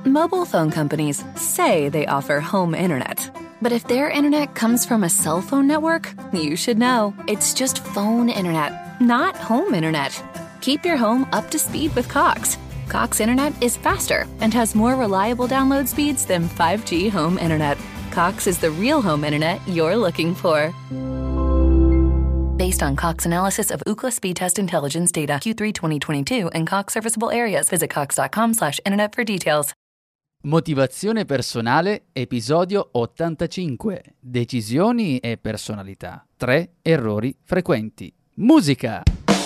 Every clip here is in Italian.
Mobile phone companies say they offer home internet. But if their internet comes from a cell phone network, you should know. It's just phone internet, not home internet. Keep your home up to speed with Cox. Cox Internet is faster and has more reliable download speeds than 5G home internet. Cox is the real home internet you're looking for. Based on Cox analysis of Ookla speed test intelligence data Q3 2022 and Cox serviceable areas, visit cox.com/internet for details. Motivazione personale, episodio 85. Decisioni e personalità. 3 errori frequenti. Musica!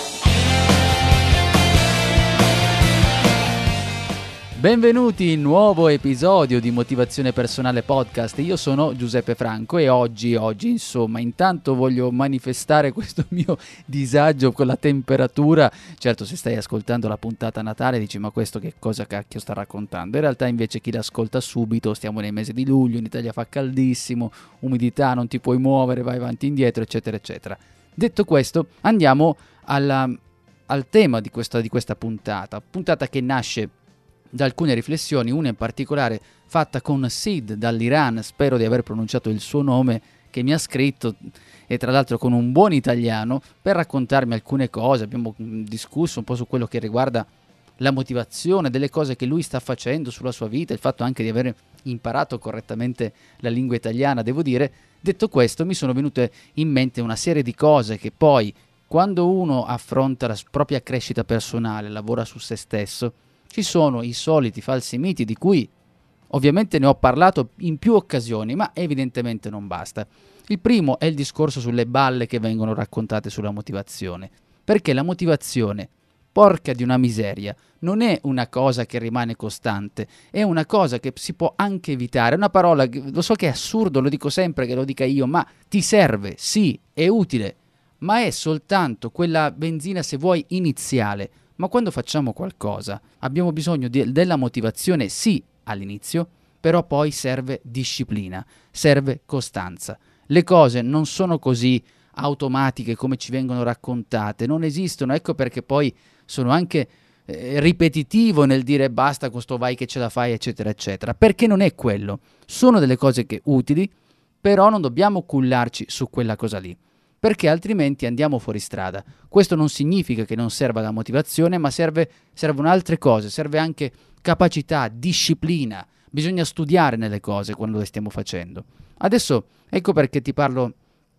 Benvenuti in nuovo episodio di Motivazione Personale Podcast. Io sono Giuseppe Franco e oggi insomma, intanto voglio manifestare questo mio disagio con la temperatura. Certo, se stai ascoltando la puntata Natale dici ma questo che cosa cacchio sta raccontando? In realtà invece chi l'ascolta subito, stiamo nel mese di luglio, in Italia fa caldissimo, umidità, non ti puoi muovere, vai avanti e indietro, eccetera, eccetera. Detto questo, andiamo al tema di questa puntata che nasce da alcune riflessioni, una in particolare fatta con Sid dall'Iran, spero di aver pronunciato il suo nome, che mi ha scritto, e tra l'altro con un buon italiano, per raccontarmi alcune cose. Abbiamo discusso un po' su quello che riguarda la motivazione, delle cose che lui sta facendo sulla sua vita, il fatto anche di aver imparato correttamente la lingua italiana, devo dire. Detto questo, mi sono venute in mente una serie di cose che poi, quando uno affronta la propria crescita personale, lavora su se stesso, ci sono i soliti falsi miti di cui ovviamente ne ho parlato in più occasioni, ma evidentemente non basta. Il primo è il discorso sulle balle che vengono raccontate sulla motivazione, perché la motivazione, porca di una miseria, non è una cosa che rimane costante, è una cosa che si può anche evitare. È una parola, lo so che è assurdo, lo dico sempre che lo dica io, ma ti serve, sì, è utile, ma è soltanto quella benzina, se vuoi, iniziale. Ma quando facciamo qualcosa abbiamo bisogno della motivazione, sì, all'inizio, però poi serve disciplina, serve costanza. Le cose non sono così automatiche come ci vengono raccontate, non esistono, ecco perché poi sono anche ripetitivo nel dire basta con sto vai che ce la fai, eccetera, eccetera, perché non è quello. Sono delle cose che utili, però non dobbiamo cullarci su quella cosa lì, perché altrimenti andiamo fuori strada. Questo non significa che non serva la motivazione, ma servono altre cose, serve anche capacità, disciplina. Bisogna studiare nelle cose quando le stiamo facendo. Adesso ecco perché ti parlo,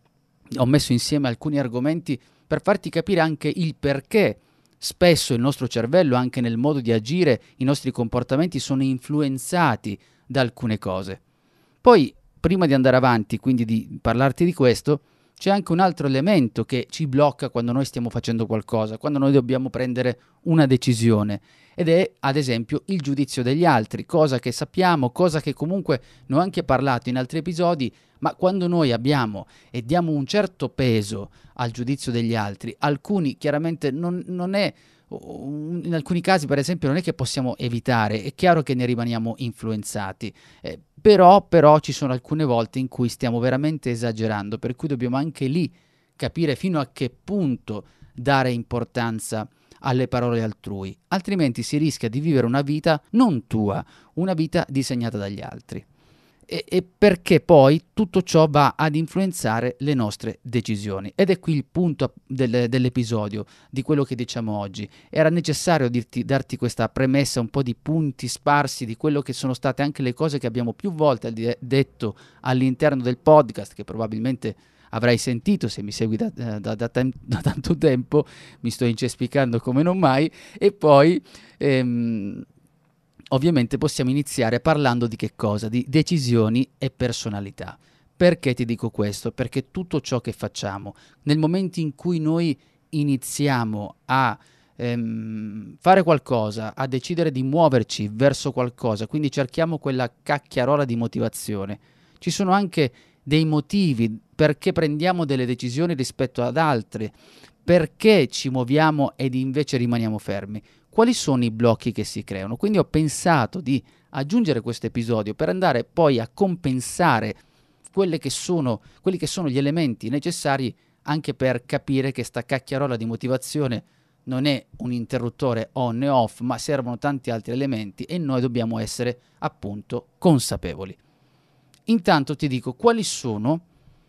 ho messo insieme alcuni argomenti per farti capire anche il perché spesso il nostro cervello, anche nel modo di agire, i nostri comportamenti sono influenzati da alcune cose. Poi, prima di andare avanti, quindi di parlarti di questo, c'è anche un altro elemento che ci blocca quando noi stiamo facendo qualcosa, quando noi dobbiamo prendere una decisione, ed è ad esempio il giudizio degli altri, cosa che sappiamo, cosa che comunque ne ho anche parlato in altri episodi, ma quando noi abbiamo e diamo un certo peso al giudizio degli altri, alcuni chiaramente non è, in alcuni casi per esempio non è che possiamo evitare, è chiaro che ne rimaniamo influenzati, però ci sono alcune volte in cui stiamo veramente esagerando, per cui dobbiamo anche lì capire fino a che punto dare importanza alle parole altrui, altrimenti si rischia di vivere una vita non tua, una vita disegnata dagli altri. E perché poi tutto ciò va ad influenzare le nostre decisioni. Ed è qui il punto dell'episodio, di quello che diciamo oggi. Era necessario darti questa premessa, un po' di punti sparsi di quello che sono state anche le cose che abbiamo più volte detto all'interno del podcast, che probabilmente avrai sentito se mi segui da tanto tempo, mi sto incespicando come non mai, e poi ovviamente possiamo iniziare parlando di che cosa? Di decisioni e personalità. Perché ti dico questo? Perché tutto ciò che facciamo, nel momento in cui noi iniziamo a fare qualcosa, a decidere di muoverci verso qualcosa, quindi cerchiamo quella cacchiarola di motivazione, ci sono anche dei motivi perché prendiamo delle decisioni rispetto ad altre, perché ci muoviamo ed invece rimaniamo fermi. Quali sono i blocchi che si creano? Quindi ho pensato di aggiungere questo episodio per andare poi a compensare quelli che sono gli elementi necessari anche per capire che sta cacchiarola di motivazione non è un interruttore on e off, ma servono tanti altri elementi e noi dobbiamo essere appunto consapevoli. Intanto ti dico quali sono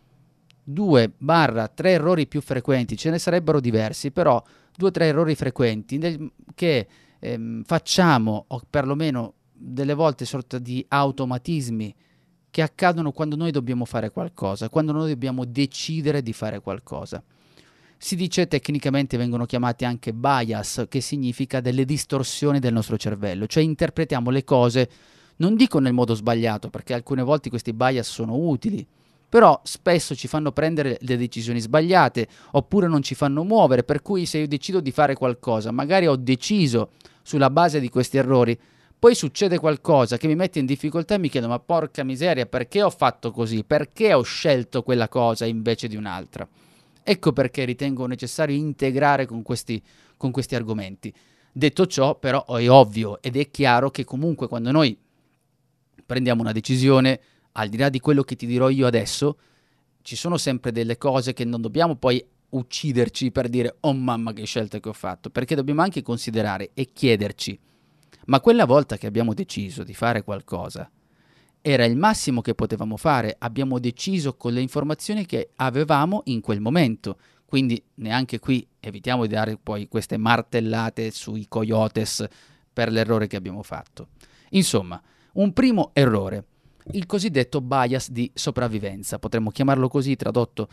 2-3 errori più frequenti, ce ne sarebbero diversi, però 2-3 errori frequenti che facciamo, o perlomeno delle volte sorta di automatismi che accadono quando noi dobbiamo fare qualcosa, quando noi dobbiamo decidere di fare qualcosa. Si dice, tecnicamente vengono chiamati anche bias, che significa delle distorsioni del nostro cervello, cioè interpretiamo le cose, non dico nel modo sbagliato, perché alcune volte questi bias sono utili, però spesso ci fanno prendere le decisioni sbagliate, oppure non ci fanno muovere, per cui se io decido di fare qualcosa, magari ho deciso sulla base di questi errori, poi succede qualcosa che mi mette in difficoltà e mi chiedo, ma porca miseria, perché ho fatto così? Perché ho scelto quella cosa invece di un'altra? Ecco perché ritengo necessario integrare con questi argomenti. Detto ciò, però, è ovvio ed è chiaro che comunque quando noi prendiamo una decisione, al di là di quello che ti dirò io adesso, ci sono sempre delle cose che non dobbiamo poi ucciderci per dire oh mamma che scelta che ho fatto, perché dobbiamo anche considerare e chiederci, ma quella volta che abbiamo deciso di fare qualcosa era il massimo che potevamo fare, abbiamo deciso con le informazioni che avevamo in quel momento, quindi neanche qui evitiamo di dare poi queste martellate sui coyotes per l'errore che abbiamo fatto. Insomma, un primo errore, il cosiddetto bias di sopravvivenza, potremmo chiamarlo così tradotto,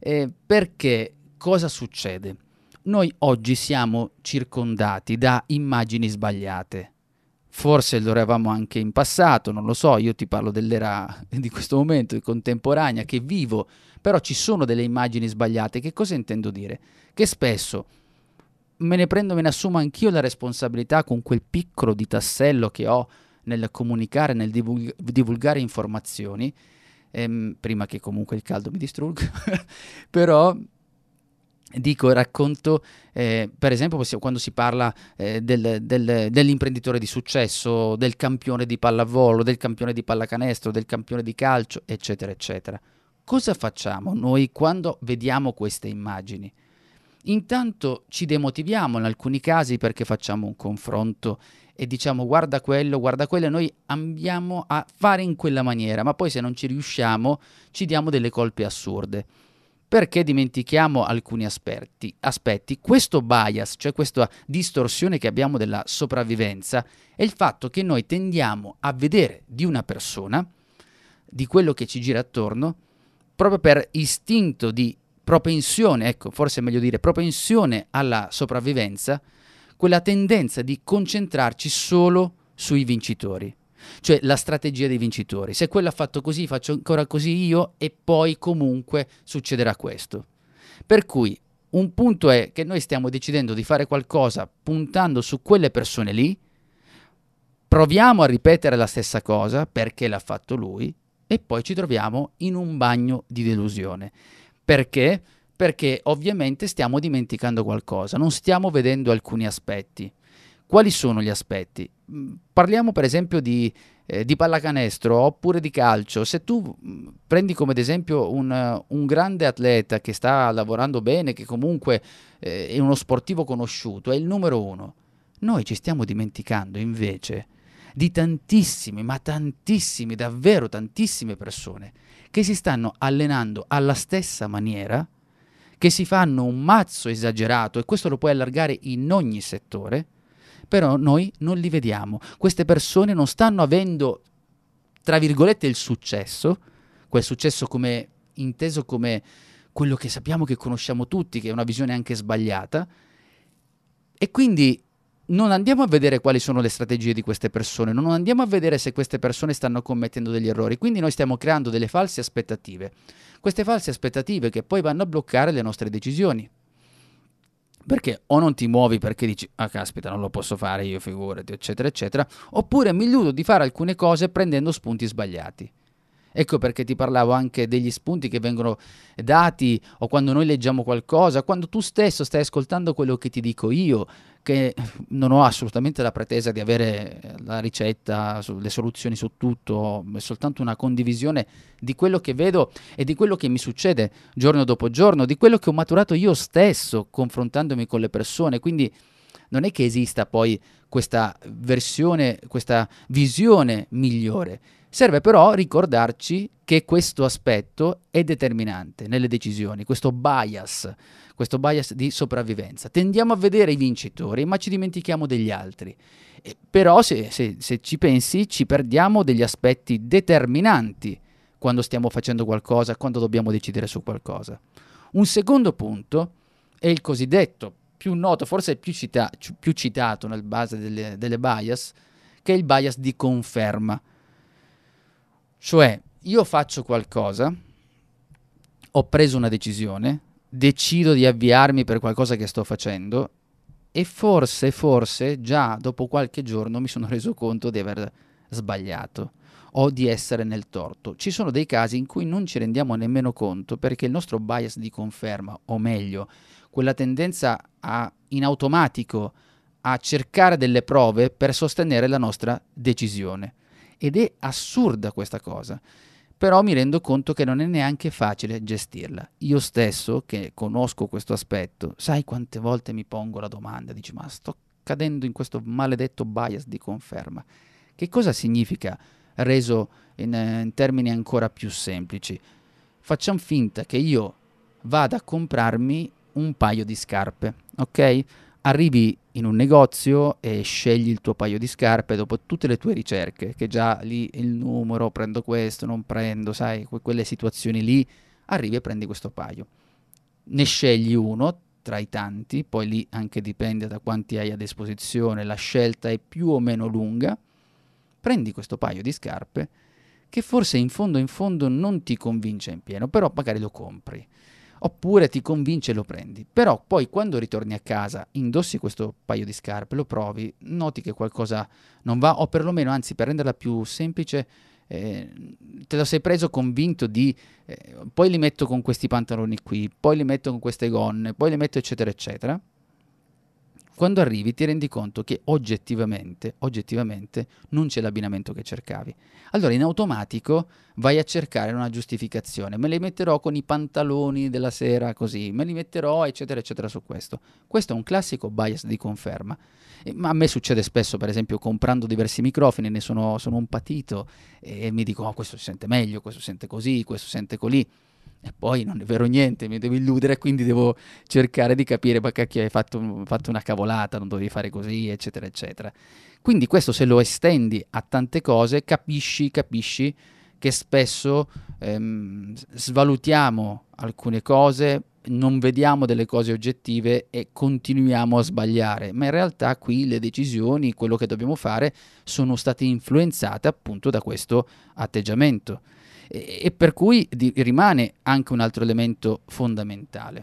perché cosa succede? Noi oggi siamo circondati da immagini sbagliate. Forse lo eravamo anche in passato, non lo so, io ti parlo dell'era di questo momento, contemporanea, che vivo, però ci sono delle immagini sbagliate. Che cosa intendo dire? Che spesso me ne assumo anch'io la responsabilità con quel piccolo di tassello che ho nel comunicare, nel divulgare informazioni, prima che comunque il caldo mi distrugga, però racconto, per esempio quando si parla dell'imprenditore di successo, del campione di pallavolo, del campione di pallacanestro, del campione di calcio, eccetera, eccetera. Cosa facciamo noi quando vediamo queste immagini? Intanto ci demotiviamo in alcuni casi perché facciamo un confronto e diciamo guarda quello, e noi andiamo a fare in quella maniera, ma poi se non ci riusciamo ci diamo delle colpe assurde. Perché dimentichiamo alcuni aspetti. Questo bias, cioè questa distorsione che abbiamo della sopravvivenza, è il fatto che noi tendiamo a vedere di una persona, di quello che ci gira attorno, proprio per istinto di propensione, ecco, forse è meglio dire propensione alla sopravvivenza, quella tendenza di concentrarci solo sui vincitori. Cioè la strategia dei vincitori, se quello ha fatto così faccio ancora così io e poi comunque succederà questo. Per cui un punto è che noi stiamo decidendo di fare qualcosa puntando su quelle persone lì, proviamo a ripetere la stessa cosa perché l'ha fatto lui e poi ci troviamo in un bagno di delusione. Perché? Perché ovviamente stiamo dimenticando qualcosa, non stiamo vedendo alcuni aspetti. Quali sono gli aspetti? Parliamo per esempio di pallacanestro oppure di calcio. Se tu prendi come ad esempio un grande atleta che sta lavorando bene, che comunque è uno sportivo conosciuto, è il numero uno. Noi ci stiamo dimenticando invece di tantissimi, ma tantissimi, davvero tantissime persone che si stanno allenando alla stessa maniera, che si fanno un mazzo esagerato, e questo lo puoi allargare in ogni settore, però noi non li vediamo. Queste persone non stanno avendo, tra virgolette, il successo, quel successo come inteso come quello che sappiamo, che conosciamo tutti, che è una visione anche sbagliata, e quindi non andiamo a vedere quali sono le strategie di queste persone, non andiamo a vedere se queste persone stanno commettendo degli errori, quindi noi stiamo creando delle false aspettative. Queste false aspettative che poi vanno a bloccare le nostre decisioni. Perché o non ti muovi perché dici ah caspita non lo posso fare io, figurati, eccetera eccetera, oppure mi illudo di fare alcune cose prendendo spunti sbagliati. Ecco perché ti parlavo anche degli spunti che vengono dati, o quando noi leggiamo qualcosa, quando tu stesso stai ascoltando quello che ti dico io, che non ho assolutamente la pretesa di avere la ricetta, le soluzioni su tutto, è soltanto una condivisione di quello che vedo e di quello che mi succede giorno dopo giorno, di quello che ho maturato io stesso confrontandomi con le persone. Quindi non è che esista poi questa versione, questa visione migliore. Serve però ricordarci che questo aspetto è determinante nelle decisioni, questo bias di sopravvivenza. Tendiamo a vedere i vincitori, ma ci dimentichiamo degli altri. Però se ci pensi, ci perdiamo degli aspetti determinanti quando stiamo facendo qualcosa, quando dobbiamo decidere su qualcosa. Un secondo punto è il cosiddetto, più noto, forse più citato nel base delle bias, che è il bias di conferma. Cioè, io faccio qualcosa, ho preso una decisione, decido di avviarmi per qualcosa che sto facendo e forse già dopo qualche giorno mi sono reso conto di aver sbagliato o di essere nel torto. Ci sono dei casi in cui non ci rendiamo nemmeno conto perché il nostro bias di conferma, o meglio, quella tendenza in automatico a cercare delle prove per sostenere la nostra decisione. Ed è assurda questa cosa, però mi rendo conto che non è neanche facile gestirla. Io stesso, che conosco questo aspetto, sai quante volte mi pongo la domanda, dici ma sto cadendo in questo maledetto bias di conferma. Che cosa significa reso in termini ancora più semplici? Facciamo finta che io vada a comprarmi un paio di scarpe, ok? Arrivi in un negozio e scegli il tuo paio di scarpe dopo tutte le tue ricerche, che già lì il numero, prendo questo, non prendo, sai, quelle situazioni lì, arrivi e prendi questo paio. Ne scegli uno tra i tanti, poi lì anche dipende da quanti hai a disposizione, la scelta è più o meno lunga, prendi questo paio di scarpe che forse in fondo non ti convince in pieno, però magari lo compri. Oppure ti convince e lo prendi, però poi quando ritorni a casa indossi questo paio di scarpe, lo provi, noti che qualcosa non va, o perlomeno, anzi, per renderla più semplice, te lo sei preso convinto di poi li metto con questi pantaloni qui, poi li metto con queste gonne, poi li metto eccetera eccetera. Quando arrivi ti rendi conto che oggettivamente non c'è l'abbinamento che cercavi. Allora in automatico vai a cercare una giustificazione. Me li metterò con i pantaloni della sera così, me li metterò eccetera eccetera su questo. Questo è un classico bias di conferma. Ma a me succede spesso, per esempio, comprando diversi microfoni, sono un patito e mi dico questo si sente meglio, questo si sente così, questo si sente colì. E poi non è vero niente, mi devo illudere, quindi devo cercare di capire, ma cacchio, hai fatto una cavolata, non dovevi fare così, eccetera, eccetera. Quindi questo, se lo estendi a tante cose, capisci che spesso svalutiamo alcune cose, non vediamo delle cose oggettive e continuiamo a sbagliare, ma in realtà qui le decisioni, quello che dobbiamo fare, sono state influenzate appunto da questo atteggiamento. E per cui rimane anche un altro elemento fondamentale.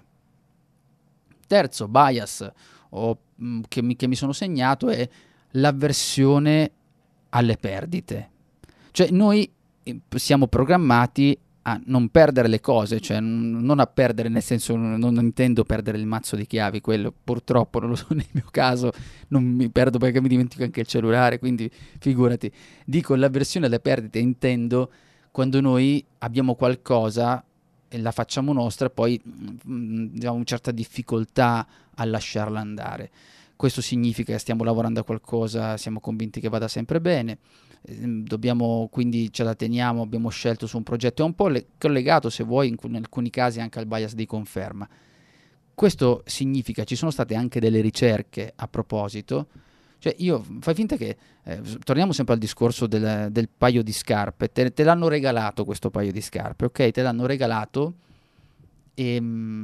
Terzo bias che mi sono segnato è l'avversione alle perdite. Cioè noi siamo programmati a non perdere le cose, cioè non a perdere, nel senso, non intendo perdere il mazzo di chiavi, quello purtroppo non lo so nel mio caso, non mi perdo perché mi dimentico anche il cellulare, quindi figurati. Dico l'avversione alle perdite, intendo quando noi abbiamo qualcosa e la facciamo nostra, poi abbiamo una certa difficoltà a lasciarla andare. Questo significa che stiamo lavorando a qualcosa, siamo convinti che vada sempre bene, quindi ce la teniamo, abbiamo scelto su un progetto, è un po' collegato, se vuoi, in alcuni casi anche al bias di conferma. Questo significa, ci sono state anche delle ricerche a proposito. Cioè fai finta che, torniamo sempre al discorso del paio di scarpe, te l'hanno regalato questo paio di scarpe, ok? Te l'hanno regalato e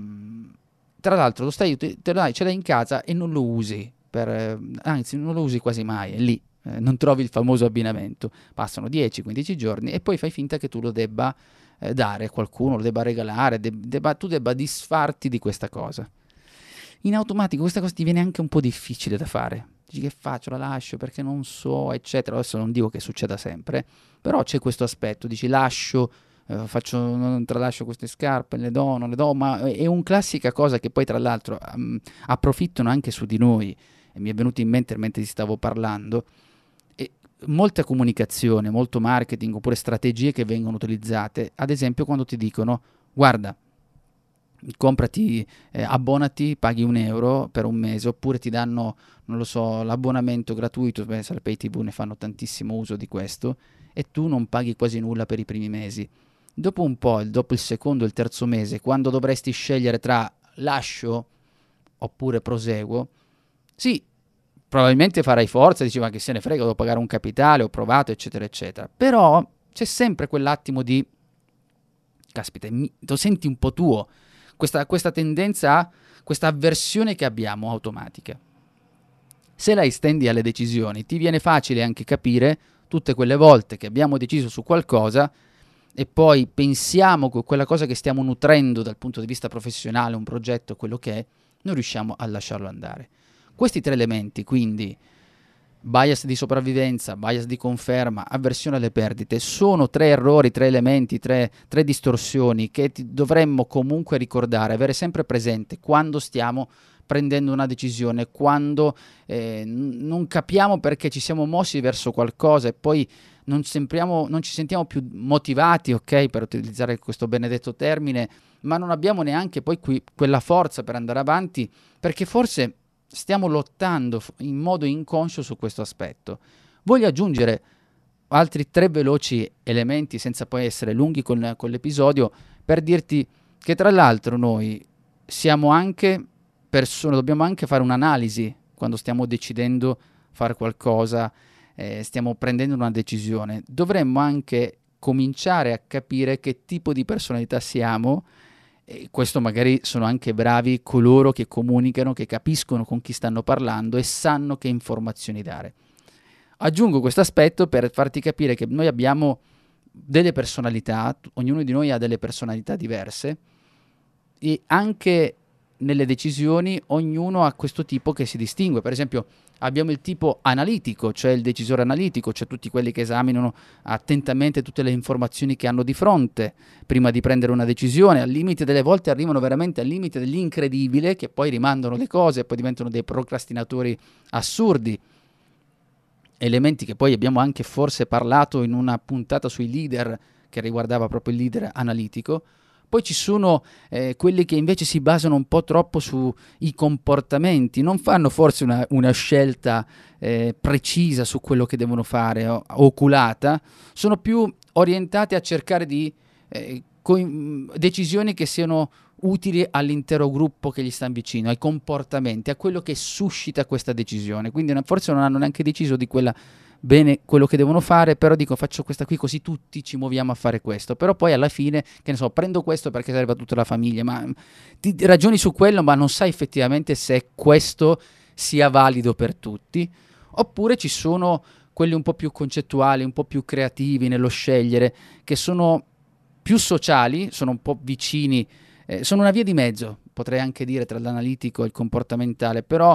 tra l'altro ce l'hai in casa e non lo usi, anzi non lo usi quasi mai, è lì, non trovi il famoso abbinamento, passano 10-15 giorni e poi fai finta che tu lo debba dare a qualcuno, lo debba regalare, tu debba disfarti di questa cosa. In automatico questa cosa ti viene anche un po' difficile da fare. dici che faccio, la lascio perché non so, eccetera. Adesso non dico che succeda sempre, però c'è questo aspetto, dici lascio, tralascio queste scarpe, le do, non le do, ma è un classica cosa che poi tra l'altro approfittano anche su di noi, e mi è venuto in mente mentre ti stavo parlando, e molta comunicazione, molto marketing oppure strategie che vengono utilizzate, ad esempio quando ti dicono guarda, comprati, abbonati, paghi €1 per un mese, oppure ti danno, non lo so, l'abbonamento gratuito, se Pay TV ne fanno tantissimo uso di questo, e tu non paghi quasi nulla per i primi mesi. Dopo un po', dopo il secondo e il terzo mese, quando dovresti scegliere tra lascio oppure proseguo, sì, probabilmente farai forza, dici ma che se ne frega, devo pagare un capitale, ho provato, eccetera, eccetera. Però c'è sempre quell'attimo di, caspita, lo senti un po' tuo, questa tendenza, questa avversione che abbiamo automatica. Se la estendi alle decisioni, ti viene facile anche capire tutte quelle volte che abbiamo deciso su qualcosa e poi pensiamo che quella cosa che stiamo nutrendo dal punto di vista professionale, un progetto, quello che è, non riusciamo a lasciarlo andare. Questi 3 elementi, quindi bias di sopravvivenza, bias di conferma, avversione alle perdite, sono 3 errori, 3 elementi, 3 distorsioni che dovremmo comunque ricordare, avere sempre presente quando stiamo prendendo una decisione, quando non capiamo perché ci siamo mossi verso qualcosa e poi non ci sentiamo più motivati, ok, per utilizzare questo benedetto termine, ma non abbiamo neanche poi quella forza per andare avanti, perché forse stiamo lottando in modo inconscio su questo aspetto. Voglio aggiungere altri 3 veloci elementi, senza poi essere lunghi con l'episodio, per dirti che tra l'altro noi siamo anche persone, dobbiamo anche fare un'analisi quando stiamo decidendo fare qualcosa, stiamo prendendo una decisione. Dovremmo anche cominciare a capire che tipo di personalità siamo. E questo magari sono anche bravi coloro che comunicano, che capiscono con chi stanno parlando e sanno che informazioni dare. Aggiungo questo aspetto per farti capire che noi abbiamo delle personalità, ognuno di noi ha delle personalità diverse e anche nelle decisioni ognuno ha questo tipo che si distingue. Per esempio abbiamo il tipo analitico, cioè il decisore analitico, cioè tutti quelli che esaminano attentamente tutte le informazioni che hanno di fronte prima di prendere una decisione, al limite delle volte arrivano veramente al limite dell'incredibile, che poi rimandano le cose e poi diventano dei procrastinatori assurdi. Elementi che poi abbiamo anche forse parlato in una puntata sui leader che riguardava proprio il leader analitico. Poi ci sono quelli che invece si basano un po' troppo sui comportamenti, non fanno forse una scelta precisa su quello che devono fare, oculata, sono più orientati a cercare di decisioni che siano utili all'intero gruppo che gli sta vicino, ai comportamenti, a quello che suscita questa decisione. Quindi forse non hanno neanche deciso di quella bene quello che devono fare, però dico faccio questa qui così tutti ci muoviamo a fare questo, però poi alla fine, che ne so, prendo questo perché serve a tutta la famiglia, ma ti ragioni su quello ma non sai effettivamente se questo sia valido per tutti. Oppure ci sono quelli un po' più concettuali, un po' più creativi nello scegliere, che sono più sociali, sono un po' vicini, sono una via di mezzo, potrei anche dire, tra l'analitico e il comportamentale, però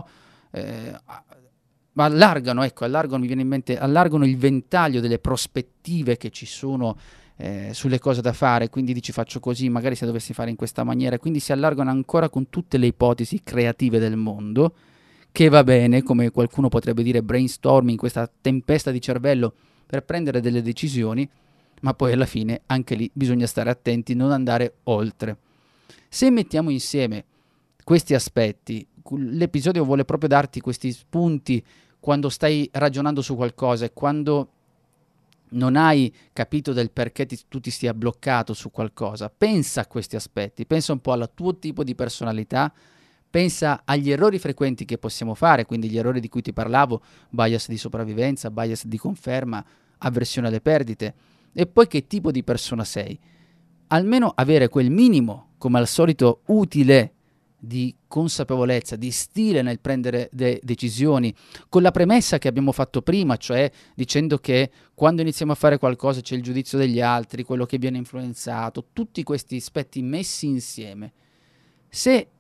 allargano, mi viene in mente, allargano il ventaglio delle prospettive che ci sono sulle cose da fare, quindi dici faccio così, magari se dovessi fare in questa maniera, quindi si allargano ancora con tutte le ipotesi creative del mondo, che va bene, come qualcuno potrebbe dire brainstorming, questa tempesta di cervello per prendere delle decisioni, ma poi alla fine anche lì bisogna stare attenti, non andare oltre. Se mettiamo insieme questi aspetti, l'episodio vuole proprio darti questi spunti quando stai ragionando su qualcosa e quando non hai capito del perché tu ti stia bloccato su qualcosa. Pensa a questi aspetti, pensa un po' al tuo tipo di personalità, pensa agli errori frequenti che possiamo fare, quindi gli errori di cui ti parlavo, bias di sopravvivenza, bias di conferma, avversione alle perdite, e poi che tipo di persona sei. Almeno avere quel minimo, come al solito, utile di consapevolezza, di stile nel prendere decisioni, con la premessa che abbiamo fatto prima, cioè dicendo che quando iniziamo a fare qualcosa c'è il giudizio degli altri, quello che viene influenzato, tutti questi aspetti messi insieme. Se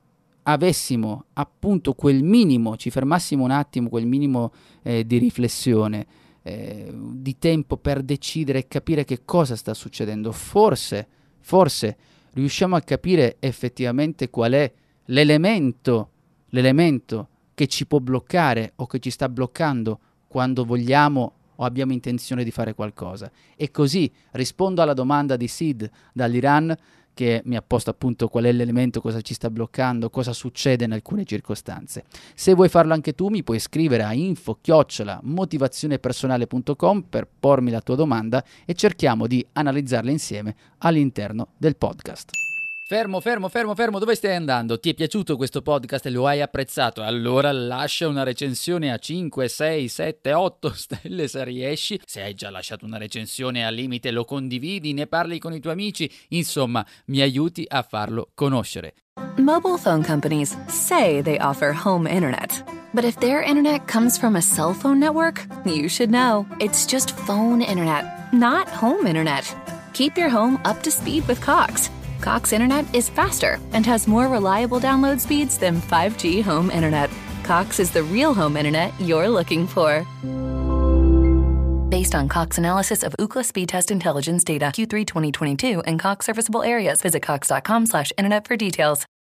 avessimo appunto quel minimo, ci fermassimo un attimo, quel minimo di riflessione, di tempo per decidere e capire che cosa sta succedendo, forse riusciamo a capire effettivamente qual è l'elemento che ci può bloccare o che ci sta bloccando quando vogliamo o abbiamo intenzione di fare qualcosa. E così rispondo alla domanda di Sid dall'Iran, che mi ha posto appunto qual è l'elemento, cosa ci sta bloccando, cosa succede in alcune circostanze. Se vuoi farlo anche tu, mi puoi scrivere a info@motivazionepersonale.com per pormi la tua domanda e cerchiamo di analizzarla insieme all'interno del podcast. Fermo, dove stai andando? Ti è piaciuto questo podcast e lo hai apprezzato? Allora lascia una recensione a 5, 6, 7, 8 stelle se riesci. Se hai già lasciato una recensione, al limite lo condividi, ne parli con i tuoi amici, insomma mi aiuti a farlo conoscere. Mobile phone companies say they offer home internet. But if their internet comes from a cell phone network, you should know. It's just phone internet, not home internet. Keep your home up to speed with Cox. Cox Internet is faster and has more reliable download speeds than 5G home internet. Cox is the real home internet you're looking for. Based on Cox analysis of Ookla speed test intelligence data Q3 2022 and Cox serviceable areas, visit cox.com/internet for details.